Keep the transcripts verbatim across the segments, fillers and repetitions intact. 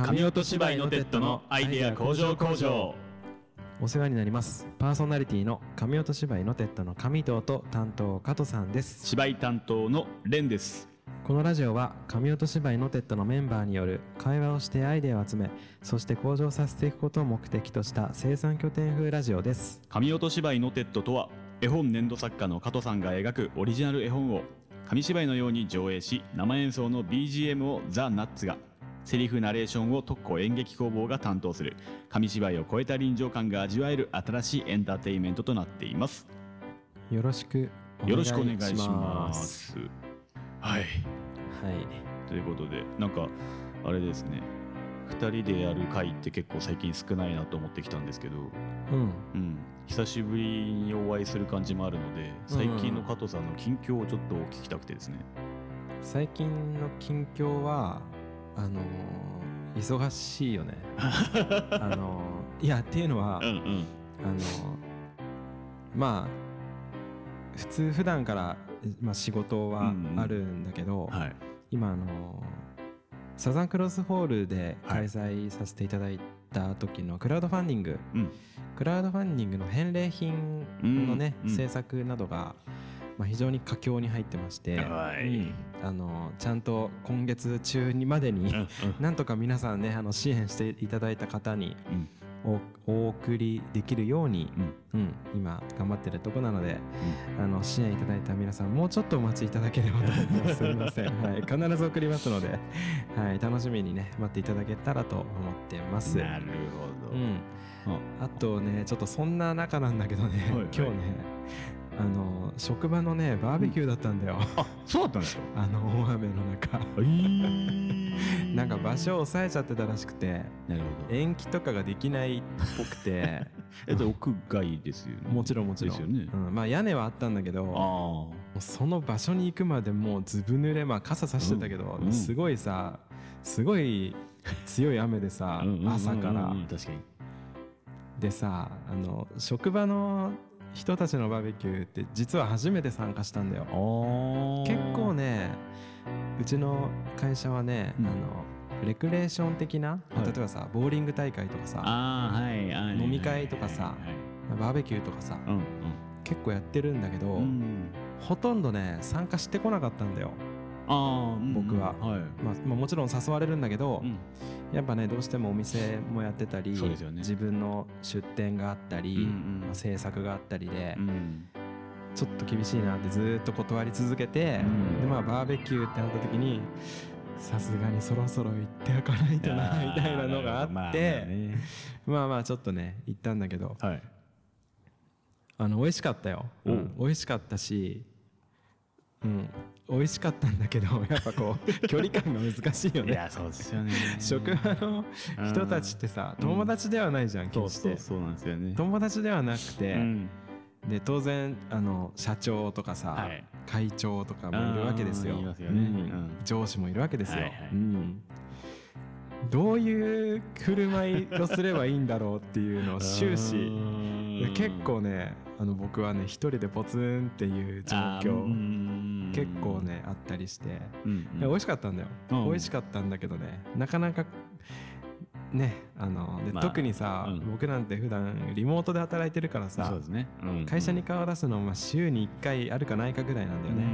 神音芝居のテッドのアイデア工場工場。 お世話になります。パーソナリティの神音芝居のテッドの神藤と担当加藤さんです。 芝居担当のレンです。 このラジオは神音芝居のテッドのメンバーによる会話をしてアイデアを集め、そして向上させていくことを目的とした生産拠点風ラジオです。 神音芝居のテッドとは、絵本粘土作家の加藤さんが描くオリジナル絵本を紙芝居のように上映し、生演奏の ビージーエム をザ・ナッツが、セリフナレーションを特攻演劇工房が担当する紙芝居を超えた臨場感が味わえる新しいエンターテインメントとなっています。 よろしくお願いします。 よろしくお願いします。はい、 はい、 ということで、なんかあれですね、ふたりでやる回って結構最近少ないなと思ってきたんですけど、うん、うん、久しぶりにお会いする感じもあるので、最近の加藤さんの近況をちょっと聞きたくてですね。 最近の近況はあのー、忙しいよね。あのー、いやっていうのは、うんうん、あのー、まあ普通普段から、まあ、仕事はあるんだけど、うんうん、はい、今あのー、サザンクロスホールで開催させていただいた時のクラウドファンディング、うん、クラウドファンディングの返礼品のね、うんうん、制作などがまあ、非常に佳境に入ってまして、はい、うん、あのちゃんと今月中にまでに、うんうん、なんとか皆さんね、あの支援していただいた方に、うん、お, お送りできるように、うんうん、今頑張ってるとこなので、うん、あの支援いただいた皆さんもうちょっとお待ちいただければと思います。すみません、はい、必ず送りますので、はい、楽しみにね待っていただけたらと思ってます。 なるほど、うん、 あとね、ちょっとそんな中なんだけどね、はいはい、今日ね、あの職場のねバーベキューだったんだよ、うん、 あ、そうだったんですか。 あの大雨の中、えー、なんか場所を抑えちゃってたらしくて、なるほど、延期とかができないっぽくてえっと屋外ですよね。 もちろんもちろんですよね、うん、まあ屋根はあったんだけど、あ、その場所に行くまでもうずぶ濡れ、まあ傘さしてたけど、うん、すごいさ、すごい強い雨でさ朝から、うん、確かに。でさ、あの職場の人たちのバーベキューって実は初めて参加したんだよ。結構ね、うちの会社はね、うん、あのレクレーション的な、はい、例えばさボーリング大会とかさ、あ、はい、飲み会とかさ、はい、バーベキューとかさ、うんうん、結構やってるんだけど、うん、ほとんどね参加してこなかったんだよ。あ、僕は、うんうん、はい、まあまあ、もちろん誘われるんだけど、うん、やっぱねどうしてもお店もやってたり、そうですよね、自分の出店があったり、うんうん、まあ、制作があったりで、うん、ちょっと厳しいなってずっと断り続けて、うん、でまあバーベキューってなった時にさすがにそろそろ行っておかないとなみたいなのがあって、まあ、ね、まあまあちょっとね行ったんだけど、はい、あの美味しかったよ、うん、美味しかったし、うん、美味しかったんだけど、やっぱこう距離感が難しいよね。いや、そうですよね。職場の人たちってさ、友達ではないじゃん、決して。そうそうなんですよね。友達ではなくて、うん、で当然あの社長とかさ、はい、会長とかもいるわけですよ。いますよね、うん、上司もいるわけですよ、はいはい、うん、どういう振る舞いをすればいいんだろうっていうのを終始結構ね、あの僕はね一人でポツンっていう状況結構ねあったりして、うんうん、美味しかったんだよ、うん、美味しかったんだけどね、なかなかね、あので、まあ、特にさ、うん、僕なんて普段リモートで働いてるからさ、そうですね、うんうん、会社に顔を出すのまあ週にいっかいあるかないかぐらいなんだよね、うん、うん、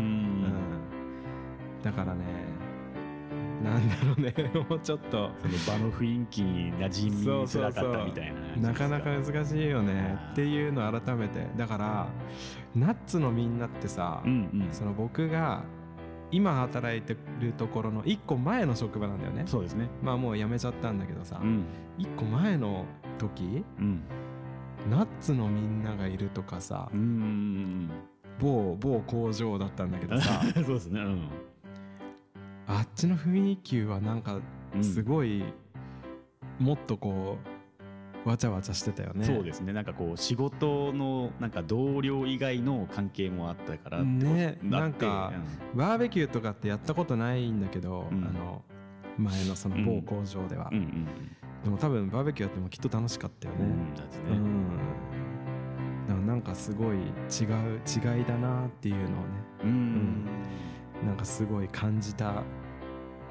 だからね、なんだろうね、もうちょっとその場の雰囲気に馴染みづらかったみたいな、 そうそうそう、なかなか難しいよねっていうのを改めて、だからナッツのみんなってさ、うんうん、その僕が今働いてるところのいっこまえの職場なんだよね。そうですね。まあもう辞めちゃったんだけどさ、うん、いっこまえの時、うん、ナッツのみんながいるとかさ、うんうんうん、某某工場だったんだけどさそうですね、うん、あっちの雰囲気はなんかすごい、うん、もっとこうわちゃわちゃしてたよね。 そうですね、なんかこう仕事のなんか同僚以外の関係もあったからね、 なんか、うん、バーベキューとかってやったことないんだけど、うん、あの前のその某工場では、うんうんうん、でも多分バーベキューやってもきっと楽しかったよね、うん、だってね、うん、だからなんかすごい違う違いだなっていうのをね、うんうん、なんかすごい感じた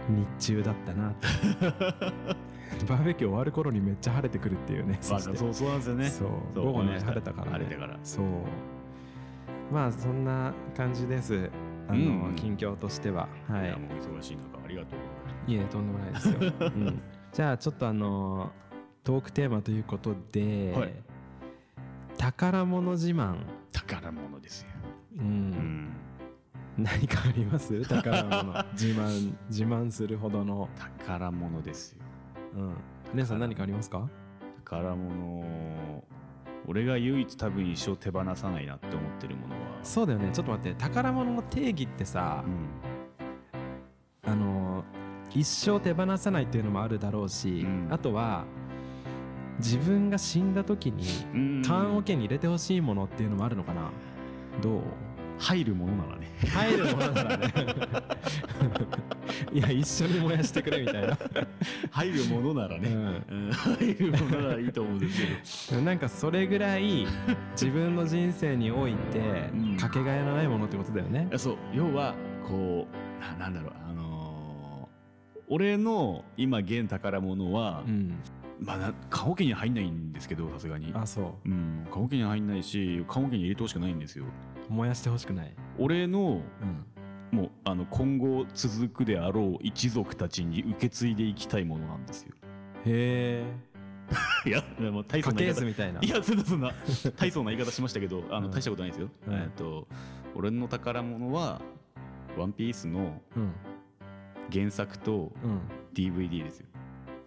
日中だったなってバーベキュー終わる頃にめっちゃ晴れてくるっていうね。 そうそうそうなんですよね。 そう午後ね晴れたからね。 晴れてからそうまあそんな感じです。あの、うん、近況としては。はい。いやもう忙しい中ありがとう。 いえとんでもないですよ。うん、じゃあちょっとあのトークテーマということで、はい、宝物自慢。 宝物ですよ。 うん。うん何かあります宝物自慢自慢するほどの宝物ですよ。 うん。姉さん何かありますか？ 宝物俺が唯一多分一生手放さないなって思ってるものは。 そうだよね。ちょっと待って、宝物の定義ってさ、うん、あの一生手放さないっていうのもあるだろうし、うん、あとは自分が死んだ時に棺桶に入れてほしいものっていうのもあるのかな。どう？ 入るものならね。 入るものならね。いや一緒に燃やしてくれみたいな。 入るものならね、うん、入るものならいいと思うんですけど、 なんかそれぐらい自分の人生においてかけがえのないものってことだよね。 うん、そう要はこう な, なんだろうあのー、俺の今現宝物は、うん、まあ棺桶に入んないんですけどさすがに。 あそう。 うん、棺桶に入んないし棺桶に入れてほしくないんですよ。 燃やしてほしくない。 俺の、うん、もうあの今後続くであろう一族たちに受け継いでいきたいものなんですよ。 へえ。いやでも大層な言い方みたいな。 いやそんなそんな大層な言い方しましたけどあの、うん、大したことないですよ。うん、えっと俺の宝物はワンピースの原作と ディーブイディー ですよ。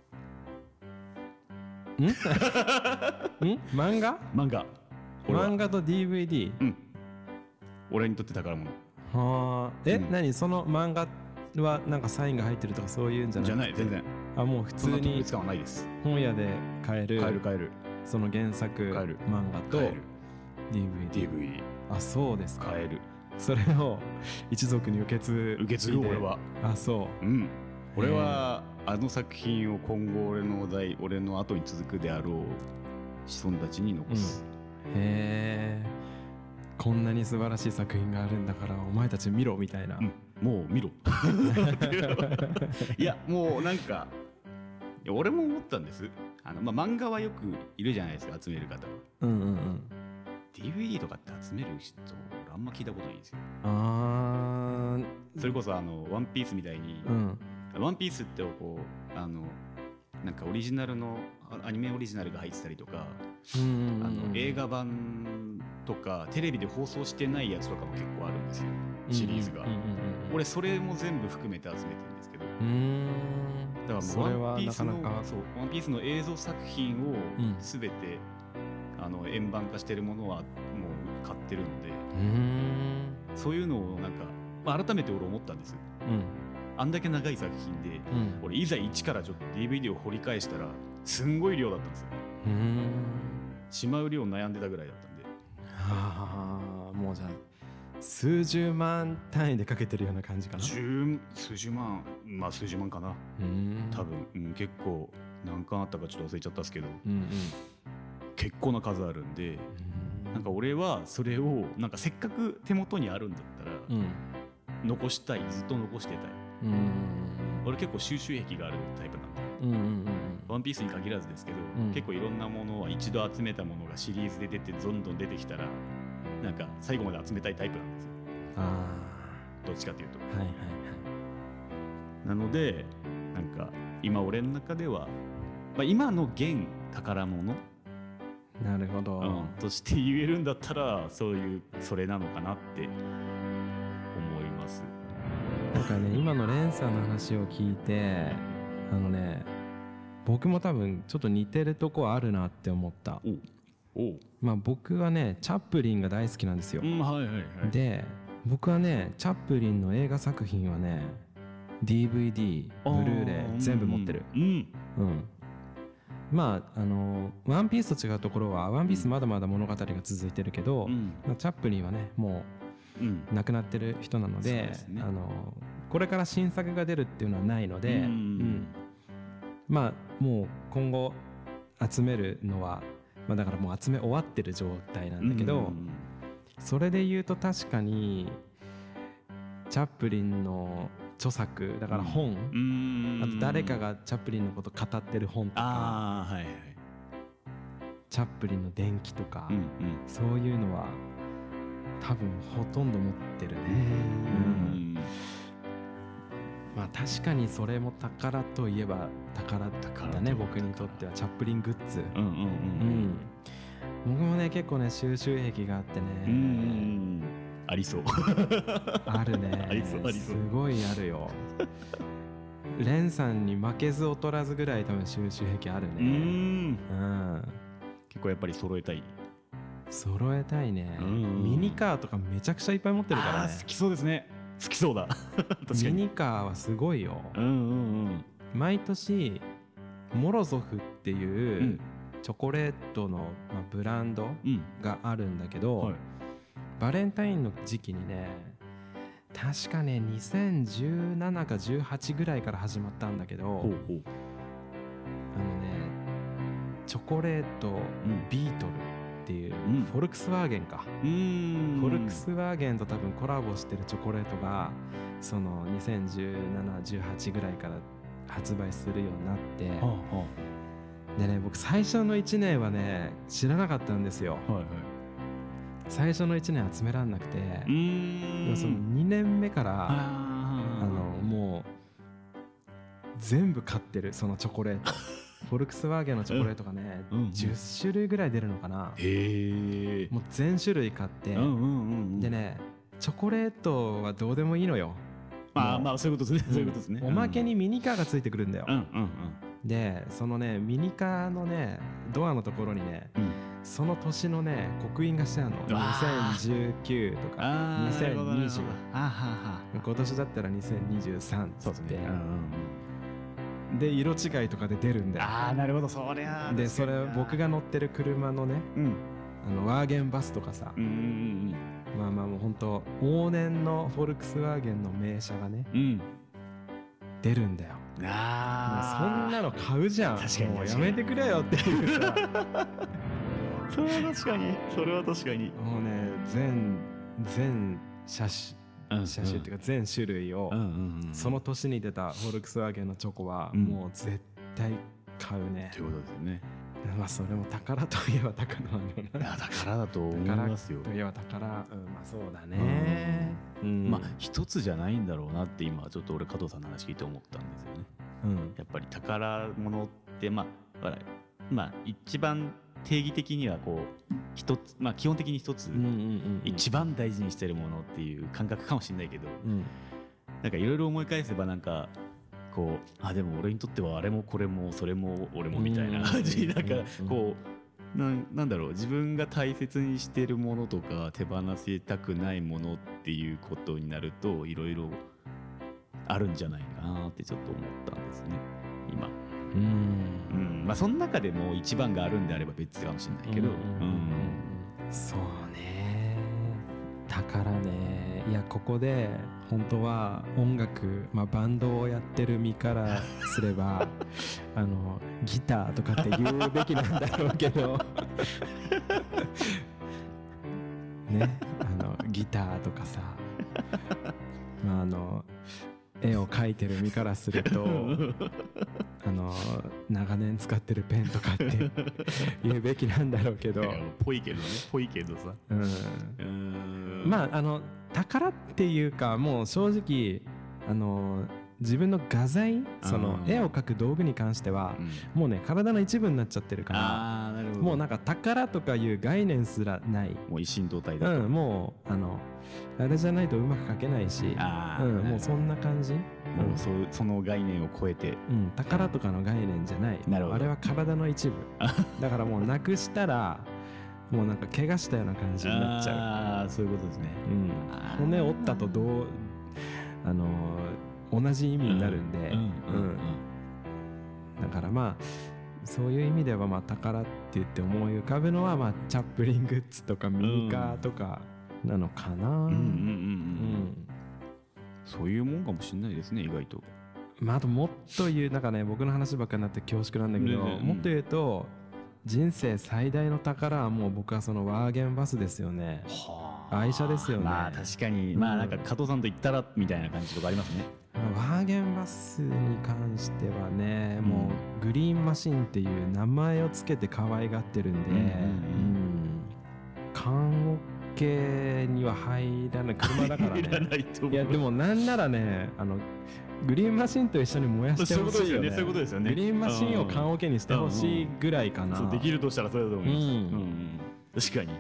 うん、ん漫画漫画漫画と ディーブイディー、うん、 俺にとって宝物。 はあえ、うん、何その漫画はなんかサインが入ってるとかそういうんじゃない？ じゃない全然。 あもう普通に本屋で買える買える買えるその原作漫画と ディーブイディー。 ディーブイディーあそうですか。 買える。 それを一族に受け継受け継ぐ俺は。 あそう。 うん俺はあの作品を今後俺の代俺の後に続くであろう子孫たちに残す。 うん、へえこんなに素晴らしい作品があるんだからお前たち見ろみたいな、うん、 もう見ろ。いやもうなんかいや俺も思ったんです。あの、まあ、漫画はよくいるじゃないですか集める方は。 うんうんうん。 ディーブイディー とかって集める人俺あんま聞いたことないんですよ。 あそれこそあのワンピースみたいに、うん、ワンピースってこうあのなんかオリジナルのアニメオリジナルが入ってたりとか、うんうんうん、あの映画版とかテレビで放送してないやつとかも結構あるんですよシリーズが、うんうんうんうん、俺それも全部含めて集めてるんですけど、うーんだからもうワンピースのなかなかそうワンピースの映像作品を全て、うん、あの円盤化してるものはもう買ってるので、うーんそういうのをなんか、まあ、改めて俺思ったんですよ、うんあんだけ長い作品で、うん、俺いざ一からちょっと ディーブイディー を掘り返したらすんごい量だったんですよ。うーんしまう量悩んでたぐらいだったんで、 はあもうじゃあ数十万単位でかけてるような感じかな。 数十万まあ数十万かなうん多分、うん、結構何巻あったかちょっと忘れちゃったんですけど、うんうん、結構な数あるんでんなんか俺はそれをなんかせっかく手元にあるんだったら、うん、残したいずっと残してたい。うん俺結構収集癖があるタイプなんで、うんうんうん、ワンピースに限らずですけど、うん、結構いろんなものは一度集めたものがシリーズで出てどんどん出てきたらなんか最後まで集めたいタイプなんですよ。あどっちかというと、はいはいはい、なのでなんか今俺の中では、まあ、今の現宝物なるほど、 うん、として言えるんだったらそういうそれなのかなって思います。 なんかね今のレンさんの話を聞いてあのね僕も多分ちょっと似てるとこあるなって思った。おおまあ僕はねチャップリンが大好きなんですよ、うんはいはいはい、で僕はねチャップリンの映画作品はね ディーブイディー ブルーレイ全部持ってる、うん、うんうん、まああのワンピースと違うところはワンピースまだまだ物語が続いてるけど、うん、チャップリンはねもううん、亡くなってる人なの で, で、ね、あのこれから新作が出るっていうのはないので、うんうん、まあもう今後集めるのは、まあ、だからもう集め終わってる状態なんだけど、うんうん、それで言うと確かにチャップリンの著作だから本、うん、あと誰かがチャップリンのこと語ってる本とか、あ、はいはい、チャップリンの伝記とか、うんうん、そういうのは多分ほとんど持ってるね。うん、まあ確かにそれも宝といえば宝だね、僕にとっては。チャップリングッズ、うんうんうんうん、僕もね結構ね収集癖があってね、うん、 ありそうあるねありそうありそう、 すごいあるよレンさんに負けず劣らずぐらい多分収集癖あるね。うん、うん、 結構やっぱり揃えたい揃えたいね、うんうん、ミニカーとかめちゃくちゃいっぱい持ってるからね。 好きそうですね。好きそうだ確かにミニカーはすごいよ、うんうんうん、毎年モロゾフっていうチョコレートの、まあ、ブランドがあるんだけど、うんはい、バレンタインの時期にね確かねにせんじゅうななかじゅうはちぐらいから始まったんだけど、ほうほう、あのねチョコレート、うん、ビートルっていう、うん、フォルクスワーゲンか、うーんフォルクスワーゲンと多分コラボしてるチョコレートがそのにせんじゅうなな、じゅうはちぐらいから発売するようになって、はあはあ、でね僕最初のいちねんはね知らなかったんですよ、はいはい、最初のいちねん集めらんなくて、うーんでもそのにねんめからあのもう全部買ってるそのチョコレートフォルクスワーゲンのチョコレートがね、うんうん、じゅっしゅるいぐらい出るのかな。へー、もう全種類買って、うんうんうんうん、でねチョコレートはどうでもいいのよ。 まあまあそういうことですね、うん、そういうことですね。 おまけにミニカーがついてくるんだよ、うんうんうん、でそのねミニカーのねドアのところにね、うん、その年のね刻印がしてあるの。にせんじゅうきゅうとかにせんにじゅう、あはは今年だったらにせんにじゅうさんつって、ね、うんうん、で色違いとかで出るんだよ。 ああなるほど、そりゃでそれ僕が乗ってる車のね、うん、あのワーゲンバスとかさ、うんうんうん、まあまあもうほんと往年のフォルクスワーゲンの名車がね、うん、出るんだよ。あもうそんなの買うじゃん。確かにもうやめてくれよっていうさそれは確かにそれは確かにもうね全全車種車種っていうか全種類をその年に出たフォルクスワーゲンのチョコはもう絶対買うね。 ということですよね。 まあそれも宝といえば宝なんだよな。 いや宝だと思いますよ。 宝といえば宝、うん、まあそうだね、 うんうん、まあ一つじゃないんだろうなって今ちょっと俺加藤さんの話聞いて思ったんですよね、うん、やっぱり宝物ってまあまあ一番定義的にはこう一つ、まあ基本的に一つ一番大事にしてるものっていう感覚かもしれないけど、うん、なんかいろいろ思い返せばなんかこうあでも俺にとってはあれもこれもそれも俺もみたいな感じ、なんかこう な, なんだろう自分が大切にしてるものとか手放したくないものっていうことになるといろいろあるんじゃないかなってちょっと思ったんですね今。うん、うん、まあその中でも一番があるんであれば別かもしれないけど、うんうんうんうん、そうね宝ね。いやここで本当は音楽、まあ、バンドをやってる身からすればあのギターとかって言うべきなんだろうけどねあのギターとかさ、まあ、あの絵を描いてる身からするとあの長年使ってるペンとかって言うべきなんだろうけどぽいけどねぽいけどさ、うん、 うんまああの宝っていうかもう正直あの自分の画材その絵を描く道具に関しては、うん、もうね体の一部になっちゃってるから、もうなんか宝とかいう概念すらない。 もう一心同体だと、 うん、もうあのあれじゃないとうまく描けないし、うん、もうそんな感じ。もう そ, その概念を超えて、 うん、宝とかの概念じゃない。なるほど。あれは体の一部だからもうなくしたらもうなんか怪我したような感じになっちゃう。 ああそういうことですね、 うん、骨折ったとどうあの同じ意味になるんで、うんうんうんうん、だからまあそういう意味ではまあ宝って言って思い浮かぶのはまあチャップリングッズとかミニカーとかなのかな、うんうんうんうん、 そういうもんかもしれないですね意外と。 まああともっと言うなんかね僕の話ばっかりになって恐縮なんだけど、うんうんうん、もっと言うと人生最大の宝はもう僕はそのワーゲンバスですよね。はあ、愛車ですよね。 まあ確かに、うん、まあなんか加藤さんと言ったらみたいな感じとかありますね。 ワーゲンバスに関してはね、うん、もうグリーンマシンっていう名前をつけて可愛がってるんで、うんうんうん、缶桶には入らない車だからね。 入らないと思う。 いやでもなんならね、あのグリーンマシンと一緒に燃やしてほしいよね。 そういうことですよね。 グリーンマシンを缶桶にしてほしいぐらいかな。 そうできるとしたらそれだと思います。うんうん、確かに。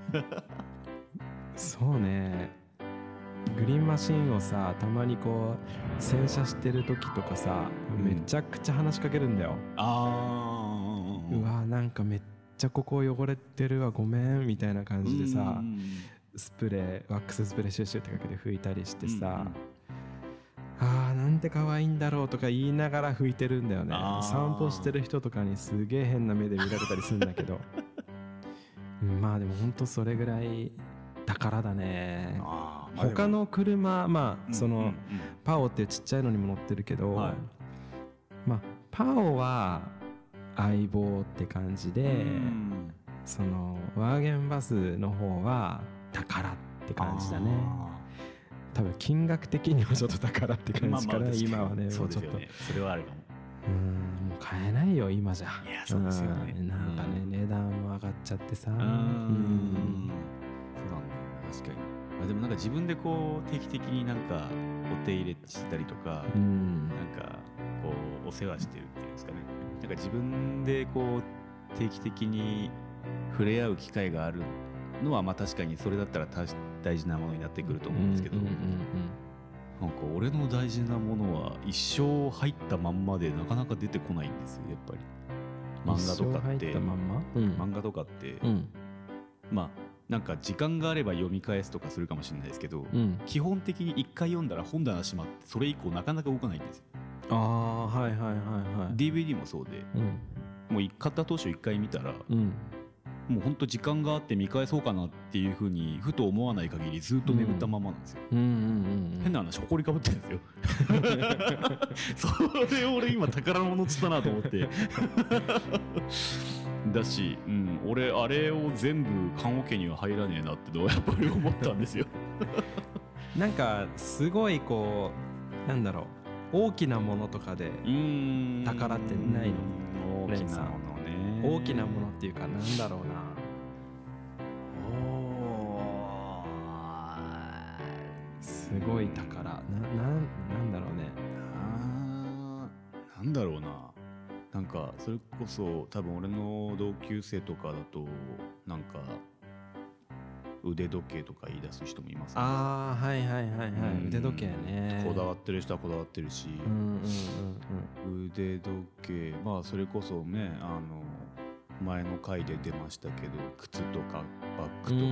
そうね。グリーンマシンをさ、たまにこう洗車してる時とかさ、うん、めちゃくちゃ話しかけるんだよ。あー、うわなんかめっちゃここ汚れてるわごめんみたいな感じでさ、スプレーワックススプレーシュッシュってかけて拭いたりしてさ、うん、あーなんて可愛いんだろうとか言いながら拭いてるんだよね。散歩してる人とかにすげえ変な目で見られたりするんだけどまあでもほんとそれぐらい宝だね。あ、まあ、他の車、まあその、うんうんうん、パオってちっちゃいのにも乗ってるけど、はい、まあパオは相棒って感じで、うん、そのワーゲンバスの方は宝って感じだね。多分金額的にはちょっと宝って感じから、まあまあ今はねもうちょっと そ,、ね、 それはあるかも。 うんもう買えないよ今じゃ。 いやそうですよね。 なんかね、うん、値段も上がっちゃってさ。うんうんそうなんだよ確かに。まあ、でもなんか自分でこう定期的になんかお手入れしたりとか、うん、なんかこうお世話してるっていうんですかね。なんか自分でこう定期的に触れ合う機会があるのはまあ確かにそれだったら大事なものになってくると思うんですけど、うんうんうんうん、なんか俺の大事なものは一生入ったまんまでなかなか出てこないんですよやっぱり。漫画とかって、 まんまうん、 漫画とかって、うん、まあなんか時間があれば読み返すとかするかもしれないですけど、うん、基本的に一回読んだら本棚閉まってそれ以降なかなか動かないんですよ。 ああはいはいはいはい。 ディーブイディー もそうで、うん、もう買った当初一回見たら、うん、もうほんと時間があって見返そうかなっていうふうにふと思わない限りずっと眠ったままなんですよ。うんうんうんうん、変な話埃かぶってるんですよ。それ俺今宝物つったなと思ってだし、うん、俺あれを全部棺桶には入らねえなってのはやっぱり思ったんですよ。 なんかすごいこうなんだろう大きなものとかで宝ってないの？ 大きなものね。 大きなものっていうかなんだろうな。すごい宝な、な、なんだろうね。 な、なんだろうな。なんかそれこそ多分俺の同級生とかだとなんか腕時計とか言い出す人もいますね。 ああはいはいはいはい、うん、腕時計ね。 こだわってる人はこだわってるし、うんうんうんうん、腕時計まあそれこそねあの前の回で出ましたけど靴とかバッグとか、うんうんうんうん、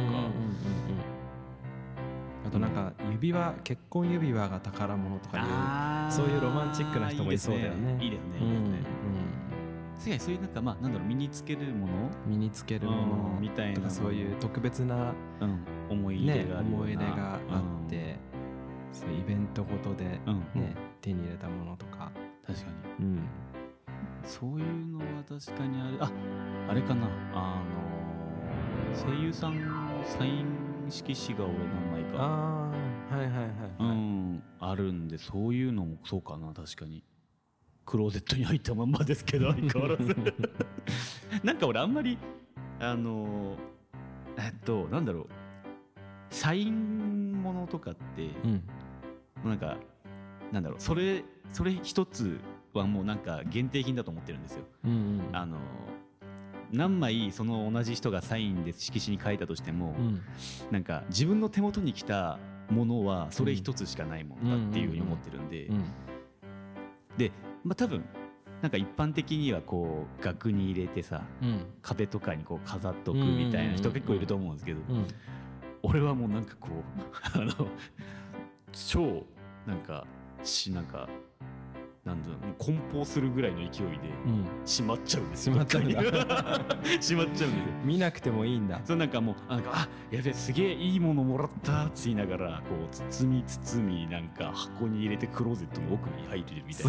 あとなんか指輪、うん、結婚指輪が宝物とかいうそういうロマンチックな人もいそうだよね。 いいですねいいですね、うんうん、確かにそういうなんかまあなんだろう身につけるもの身につけるものみたいなとかそういう特別な、うん、思い入れがあるような、ね、思い入れがあって、うん、そういうイベントごとで、ねうん、手に入れたものとか確かに、うん、そういうのは確かにある。あ、あれかなあの声優さんのサイン色紙が俺何枚かああはいはいはい、はい、 うんあるんでそういうのもそうかな確かにクローゼットに入ったまんまですけど相変わらずなんか俺あんまりあのえっとなんだろうサインものとかって、うん、なんかなんだろうそれそれ一つはもうなんか限定品だと思ってるんですよ、うんうん、あの何枚その同じ人がサインで色紙に書いたとしても、うん、なんか自分の手元に来たものはそれ一つしかないものだっていうふうに思ってるんで、で、まあ、多分なんか一般的にはこう額に入れてさ、うん、壁とかにこう飾っとくみたいな人結構いると思うんですけど、うんうん、俺はもうなんかこうあの超なんかしなんかなんだろう梱包するぐらいの勢いでしまっちゃうんですよ。 しまっちゃうんだ。 しまっちゃうんですよ。 見なくてもいいんだ。 そうなんかもうあなんかあやべえすげえいいものもらったって言いながらこう包み包みなんか箱に入れてクローゼットの奥に入れるみたい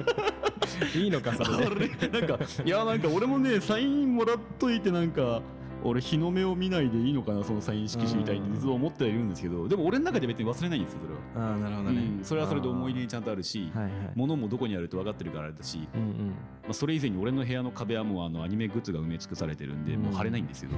な。 いいのかそれで。 なんかいやなんか俺もねサインもらっといてなんか俺日の目を見ないでいいのかなそのサイン色紙みたいにずっと思ってはいるんですけど、でも俺の中で別に忘れないんですよそれは。 ああなるほどね、 うん、それはそれで思い出にちゃんとあるし、 はいはい、 物もどこにあると分かってるからあれだし、 うんうん、 まあ、それ以前に俺の部屋の壁はもうあのアニメグッズが埋め尽くされてるんで、うん、もう貼れないんですよ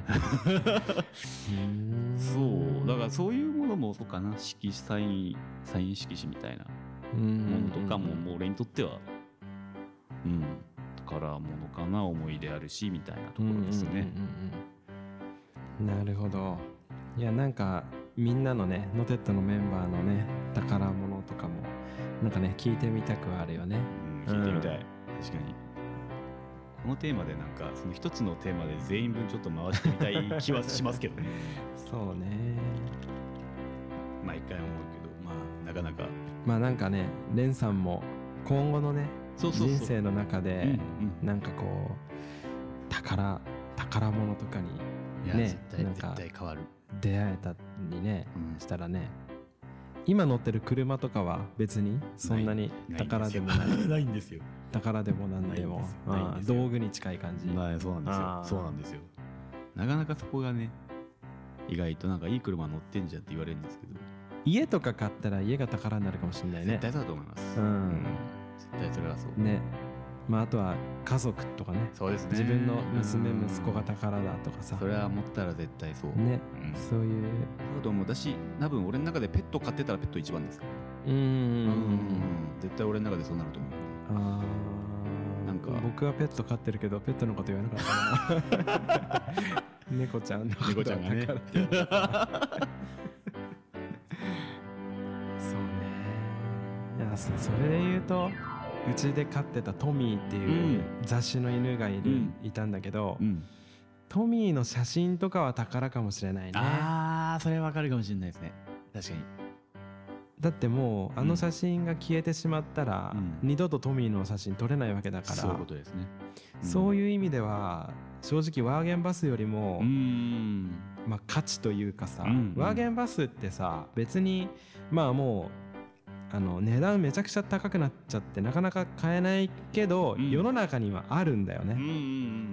そうだからそういうものもそうかな、色紙サインサイン色紙みたいなものとかももう俺にとってはうん宝物かな、思い出あるしみたいなところですね、うんうんうんうん、なるほど。いやなんかみんなのねノテッドのメンバーのね宝物とかもなんかね聞いてみたくはあるよね、 うん、聞いてみたい、うん、確かにこのテーマでなんかその一つのテーマで全員分ちょっと回してみたい気はしますけどねそうね、 毎回思うけどまあなかなかまあなんかねレンさんも今後のねそうそうそう人生の中で、うんうん、なんかこう宝宝物とかにね絶対なんか絶対変わる出会えたりね、うん、したらね、今乗ってる車とかは別にそんなに宝でもないないんですよ宝でもなんでも道具に近い感じ、 まあ、そうなんですよそうなんですよ。なかなかそこがね意外となんかいい車乗ってんじゃんって言われるんですけど、 家とか買ったら家が宝になるかもしれないね。 絶対そうだと思います、 うん、うん、 絶対それはそうね。 まああとは家族とかね、 そうですね、 自分の娘息子が宝だとかさ、 それは持ったら絶対そうね、うん、そういうそうと思う。だし多分俺の中でペット飼ってたらペット一番ですから、 うんうんうん絶対俺の中でそうなると思う。 あなんか僕はペット飼ってるけどペットのこと言わなかったな猫ちゃんの猫ちゃんがねそうね。 いや そ, それで言うとうちで飼ってたトミーっていう雑種の犬がいる、うん、いたんだけど、うん、トミーの写真とかは宝かもしれないね。 あーそれわかるかもしれないですね。確かに。 だってもうあの写真が消えてしまったら、うん、二度とトミーの写真撮れないわけだから、 そういうことですね、 うん、そういう意味では正直ワーゲンバスよりも、うん、まあ価値というかさ、うん、ワーゲンバスってさ別にまあもうあの値段めちゃくちゃ高くなっちゃってなかなか買えないけど、うん、世の中にはあるんだよね、うんうんうん、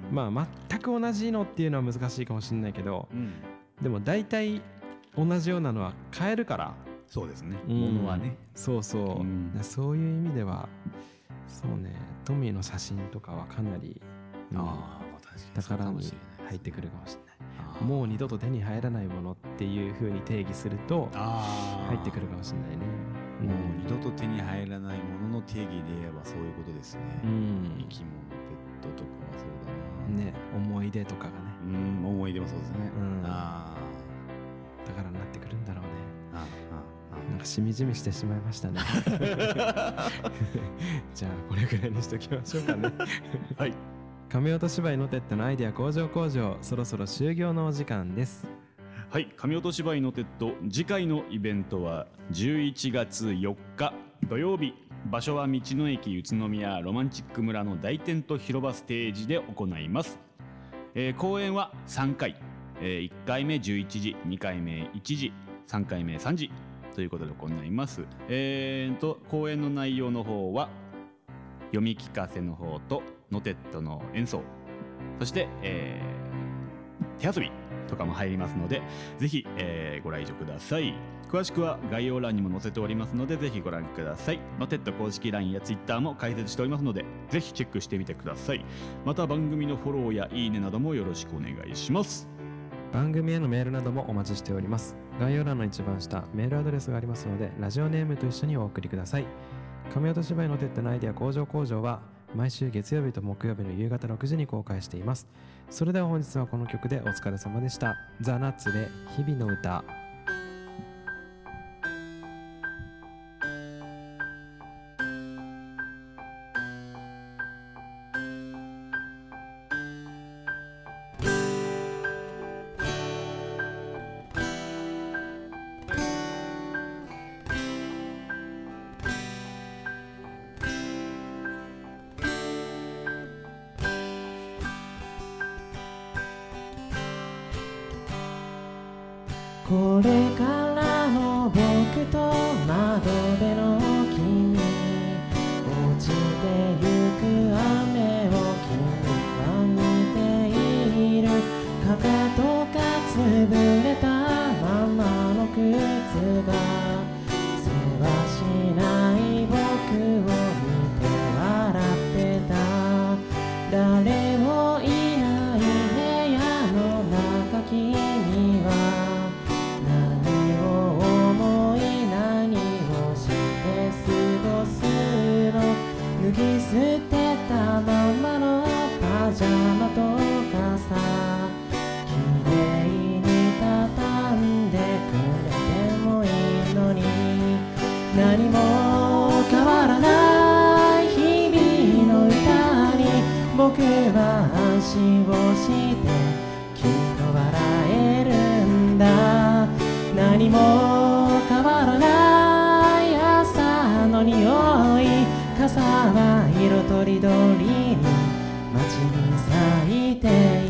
まあ全く同じのっていうのは難しいかもしれないけど、うん、でも大体同じようなのは買えるから。 そうですね、 うん、 物はねそうそう、うん、そういう意味ではそうねトミーの写真とかはかなり、うん、あ宝に入ってくるかもしれない。もう二度と手に入らないものっていう風に定義すると入ってくるかもしれないね。 もう二度と手に入らないものの定義で言えばそういうことですね、うん、生き物ペットとかはそうだな、 ね、思い出とかがね、 うん、思い出もそうですね、うん、あ宝になってくるんだろうね。ああなんかしみじみしてしまいましたねじゃあこれぐらいにしときましょうかねはい。 亀音芝居のテッドのアイデア工場工場、そろそろ終業のお時間です。 はい、亀音芝居のテッド次回のイベントはじゅういちがつよっか土曜日、場所は道の駅宇都宮ロマンチック村の大テント広場ステージで行います、えー、公演はさんかい、えー、いっかいめじゅういちじ、にかいめいちじ、さんかいめさんじということで行います。えーと公演の内容の方は読み聞かせの方とノテッドの演奏、そして、えー、手遊びとかも入りますので、ぜひ、えー、ご来場ください。詳しくは概要欄にも載せておりますので、ぜひご覧ください。ノテッド公式 ライン や Twitter も開設しておりますので、ぜひチェックしてみてください。また番組のフォローやいいねなどもよろしくお願いします。 番組へのメールなどもお待ちしております。概要欄の一番下、メールアドレスがありますので、ラジオネームと一緒にお送りください。亀音芝居のテッドのアイデア工場工場は毎週月曜日と木曜日の夕方ろくじに公開しています。それでは本日はこの曲でお疲れ様でした。ザ・ナッツで日々の歌。これからの僕と窓辺の君、落ちてゆく雨を君は見ている。 は安心をして君と笑えるんだ。何も変わらない朝の匂い、傘は色とりどりに街に咲いている。